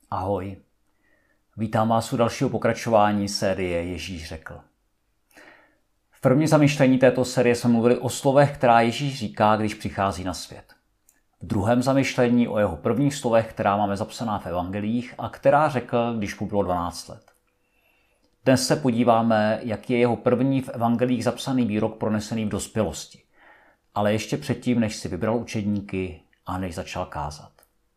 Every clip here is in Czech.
Ahoj, vítám vás u dalšího pokračování série Ježíš řekl. V prvním zamyšlení této série jsme mluvili o slovech, která Ježíš říká, když přichází na svět. V druhém zamyšlení o jeho prvních slovech, která máme zapsaná v evangelích a která řekl, když mu bylo 12 let. Dnes se podíváme, jak je jeho první v evangelích zapsaný výrok pronesený v dospělosti, ale ještě předtím, než si vybral učedníky a než začal kázat.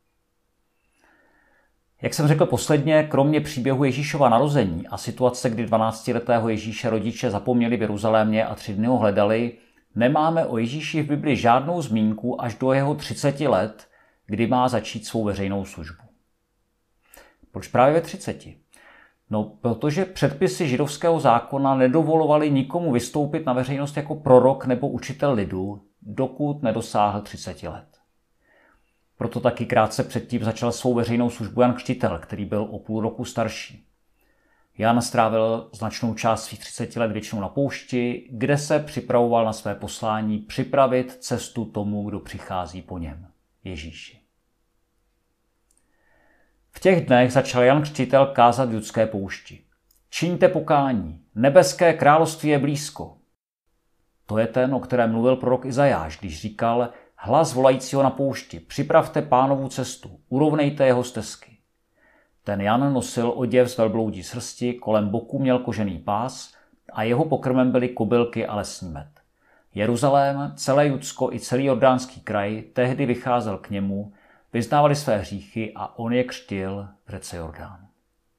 Jak jsem řekl posledně, kromě příběhu Ježíšova narození a situace, kdy 12letého Ježíše rodiče zapomněli v Jeruzalémě a 3 dny ho hledali, nemáme o Ježíši v Bibli žádnou zmínku až do jeho 30 let, kdy má začít svou veřejnou službu. Proč právě ve 30? No, protože předpisy židovského zákona nedovolovaly nikomu vystoupit na veřejnost jako prorok nebo učitel lidu, dokud nedosáhl 30 let. Proto taky krátce předtím začal svou veřejnou službu Jan Křtitel, který byl o půl roku starší. Jan strávil značnou část svých 30 let většinou na poušti, kde se připravoval na své poslání připravit cestu tomu, kdo přichází po něm, Ježíši. V těch dnech začal Jan Křtitel kázat v judské poušti. Čiňte pokání, nebeské království je blízko. To je ten, o kterém mluvil prorok Izajáš, když říkal: hlas volajícího na poušti, připravte Pánovu cestu, urovnejte jeho stezky. Ten Jan nosil oděv z velbloudí srsti, kolem boku měl kožený pás a jeho pokrmem byly kobylky a lesní med. Jeruzalém, celé Judsko i celý jordánský kraj tehdy vycházel k němu, vyznávali své hříchy a on je křtil v řece Jordán.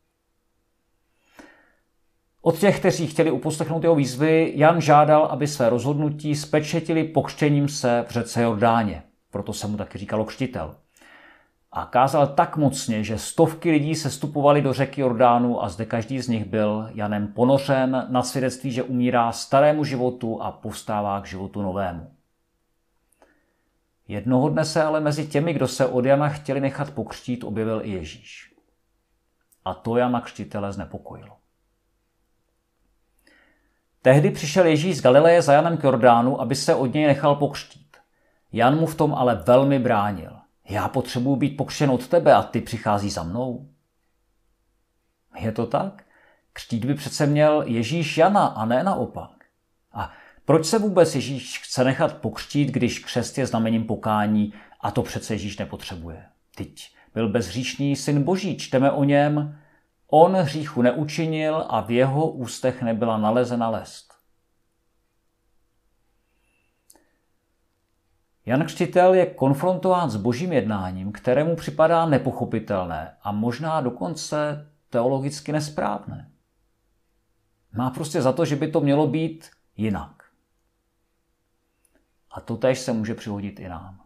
Od těch, kteří chtěli uposlechnout jeho výzvy, Jan žádal, aby své rozhodnutí spečetili pokřtěním se v řece Jordáně. Proto se mu taky říkalo křtitel. A kázal tak mocně, že stovky lidí sestupovali do řeky Jordánu a zde každý z nich byl Janem ponořen na svědectví, že umírá starému životu a povstává k životu novému. Jednoho dne se ale mezi těmi, kdo se od Jana chtěli nechat pokřtít, objevil i Ježíš. A to Jana křtitele znepokojilo. Tehdy přišel Ježíš z Galileje za Janem k Jordánu, aby se od něj nechal pokřtít. Jan mu v tom ale velmi bránil. Já potřebuji být pokřtěn od tebe a ty přichází za mnou. Je to tak? Křtít by přece měl Ježíš Jana a ne naopak. A proč se vůbec Ježíš chce nechat pokřtít, když křest je znamením pokání a to přece Ježíš nepotřebuje? Teď byl bezhříšný syn Boží, čteme o něm: on hříchu neučinil a v jeho ústech nebyla nalezena lest. Jan Křtitel je konfrontován s božím jednáním, kterému připadá nepochopitelné a možná dokonce teologicky nesprávné. Má prostě za to, že by to mělo být jinak. A to též se může přihodit i nám.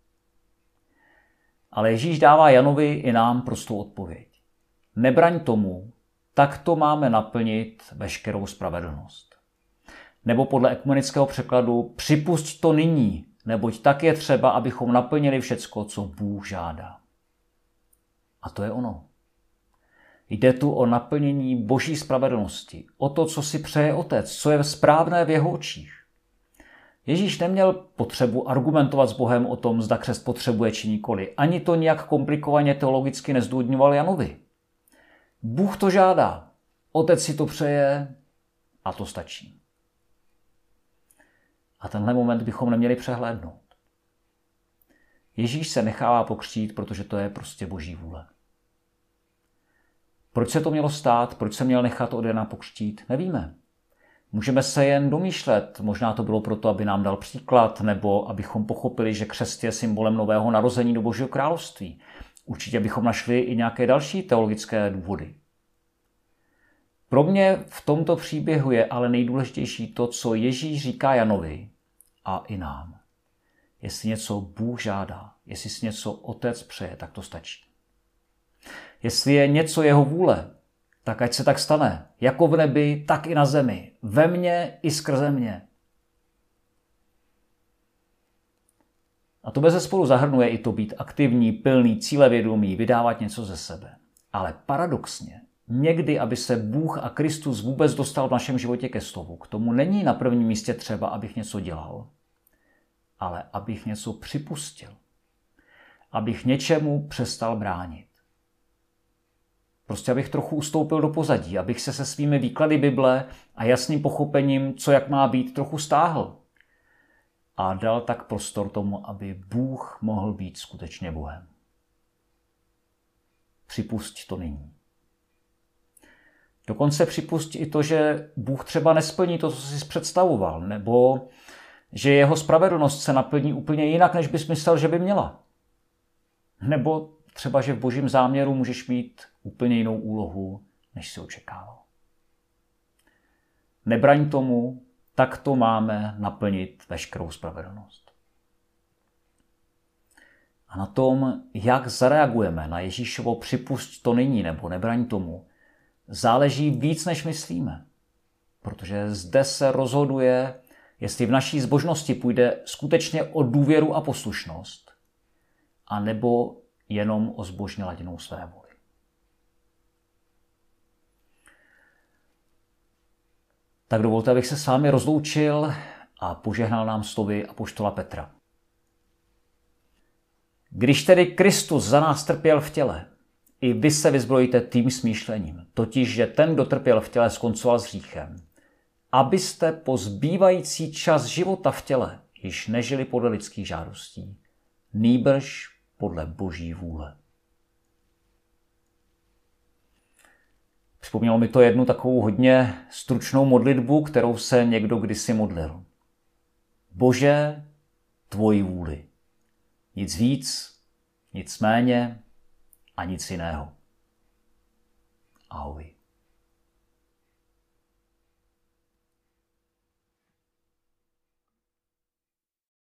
Ale Ježíš dává Janovi i nám prostou odpověď. Nebraň tomu, takto máme naplnit veškerou spravedlnost. Nebo podle ekumenického překladu připusť to nyní, neboť tak je třeba, abychom naplnili všecko, co Bůh žádá. A to je ono. Jde tu o naplnění boží spravedlnosti, o to, co si přeje Otec, co je správné v jeho očích. Ježíš neměl potřebu argumentovat s Bohem o tom, zda křest potřebuje či nikoli. Ani to nijak komplikovaně teologicky nezdůvodňoval Janovi. Bůh to žádá, Otec si to přeje a to stačí. A tenhle moment bychom neměli přehlédnout. Ježíš se nechává pokřtít, protože to je prostě boží vůle. Proč se to mělo stát, proč se měl nechat od Jana pokřtít, nevíme. Můžeme se jen domýšlet, možná to bylo proto, aby nám dal příklad, nebo abychom pochopili, že křest je symbolem nového narození do Božího království. Určitě bychom našli i nějaké další teologické důvody. Pro mě v tomto příběhu je ale nejdůležitější to, co Ježíš říká Janovi a i nám. Jestli něco Bůh žádá, jestli si něco Otec přeje, tak to stačí. Jestli je něco jeho vůle, tak ať se tak stane, jako v nebi, tak i na zemi, ve mně i skrze mě. A to bezesporu zahrnuje i to být aktivní, pilný, cílevědomý, vydávat něco ze sebe. Ale paradoxně, někdy, aby se Bůh a Kristus vůbec dostal v našem životě ke slovu, k tomu není na prvním místě třeba, abych něco dělal, ale abych něco připustil. Abych něčemu přestal bránit. Prostě abych trochu ustoupil do pozadí, abych se svými výklady Bible a jasným pochopením, co jak má být, trochu stáhl. A dal tak prostor tomu, aby Bůh mohl být skutečně Bohem. Připusť to nyní. Dokonce připusť i to, že Bůh třeba nesplní to, co jsi představoval, nebo že jeho spravedlnost se naplní úplně jinak, než bys myslel, že by měla. Nebo třeba, že v Božím záměru můžeš mít úplně jinou úlohu, než si očekával. Nebraň tomu, tak to máme naplnit veškerou spravedlnost. A na tom, jak zareagujeme na Ježíšovo připusť to nyní nebo nebraň tomu, záleží víc, než myslíme. Protože zde se rozhoduje, jestli v naší zbožnosti půjde skutečně o důvěru a poslušnost, anebo jenom o zbožně laděnou své vůli. Tak dovolte, abych se s vámi rozloučil a požehnal nám slovy apoštola Petra. Když tedy Kristus za nás trpěl v těle, i vy se vyzbrojíte tím smýšlením, totiž, že ten, kdo trpěl v těle, skoncoval s hříchem, abyste po zbývající čas života v těle již nežili podle lidských žádostí, nýbrž podle Boží vůle. Připomnělo mi to jednu takovou hodně stručnou modlitbu, kterou se někdo kdysi modlil. Bože, tvoji vůli. Nic víc, nic méně a nic jiného. Ahoj.